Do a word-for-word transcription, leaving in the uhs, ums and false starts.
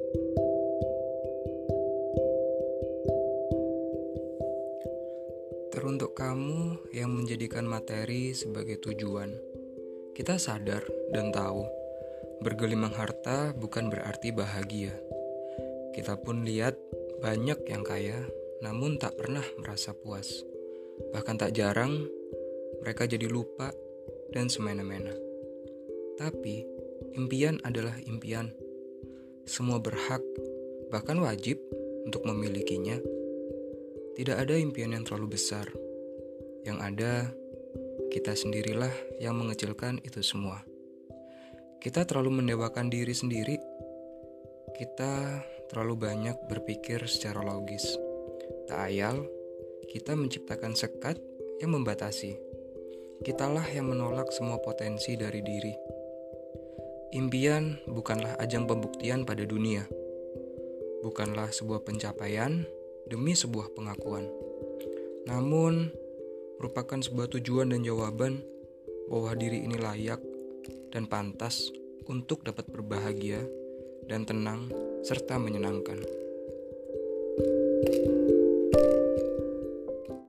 Teruntuk kamu yang menjadikan materi sebagai tujuan, kita sadar dan tahu, bergelimang harta bukan berarti bahagia. Kita pun lihat banyak yang kaya, namun tak pernah merasa puas. Bahkan tak jarang, mereka jadi lupa dan semena-mena. Tapi, impian adalah impian. Semua berhak, bahkan wajib untuk memilikinya. Tidak ada impian yang terlalu besar. Yang ada, kita sendirilah yang mengecilkan itu semua. Kita terlalu mendewakan diri sendiri. Kita terlalu banyak berpikir secara logis. Tak ayal, kita menciptakan sekat yang membatasi. Kitalah yang menolak semua potensi dari diri. Impian bukanlah ajang pembuktian pada dunia. Bukanlah sebuah pencapaian demi sebuah pengakuan. Namun, merupakan sebuah tujuan dan jawaban bahwa diri ini layak dan pantas untuk dapat berbahagia dan tenang serta menyenangkan.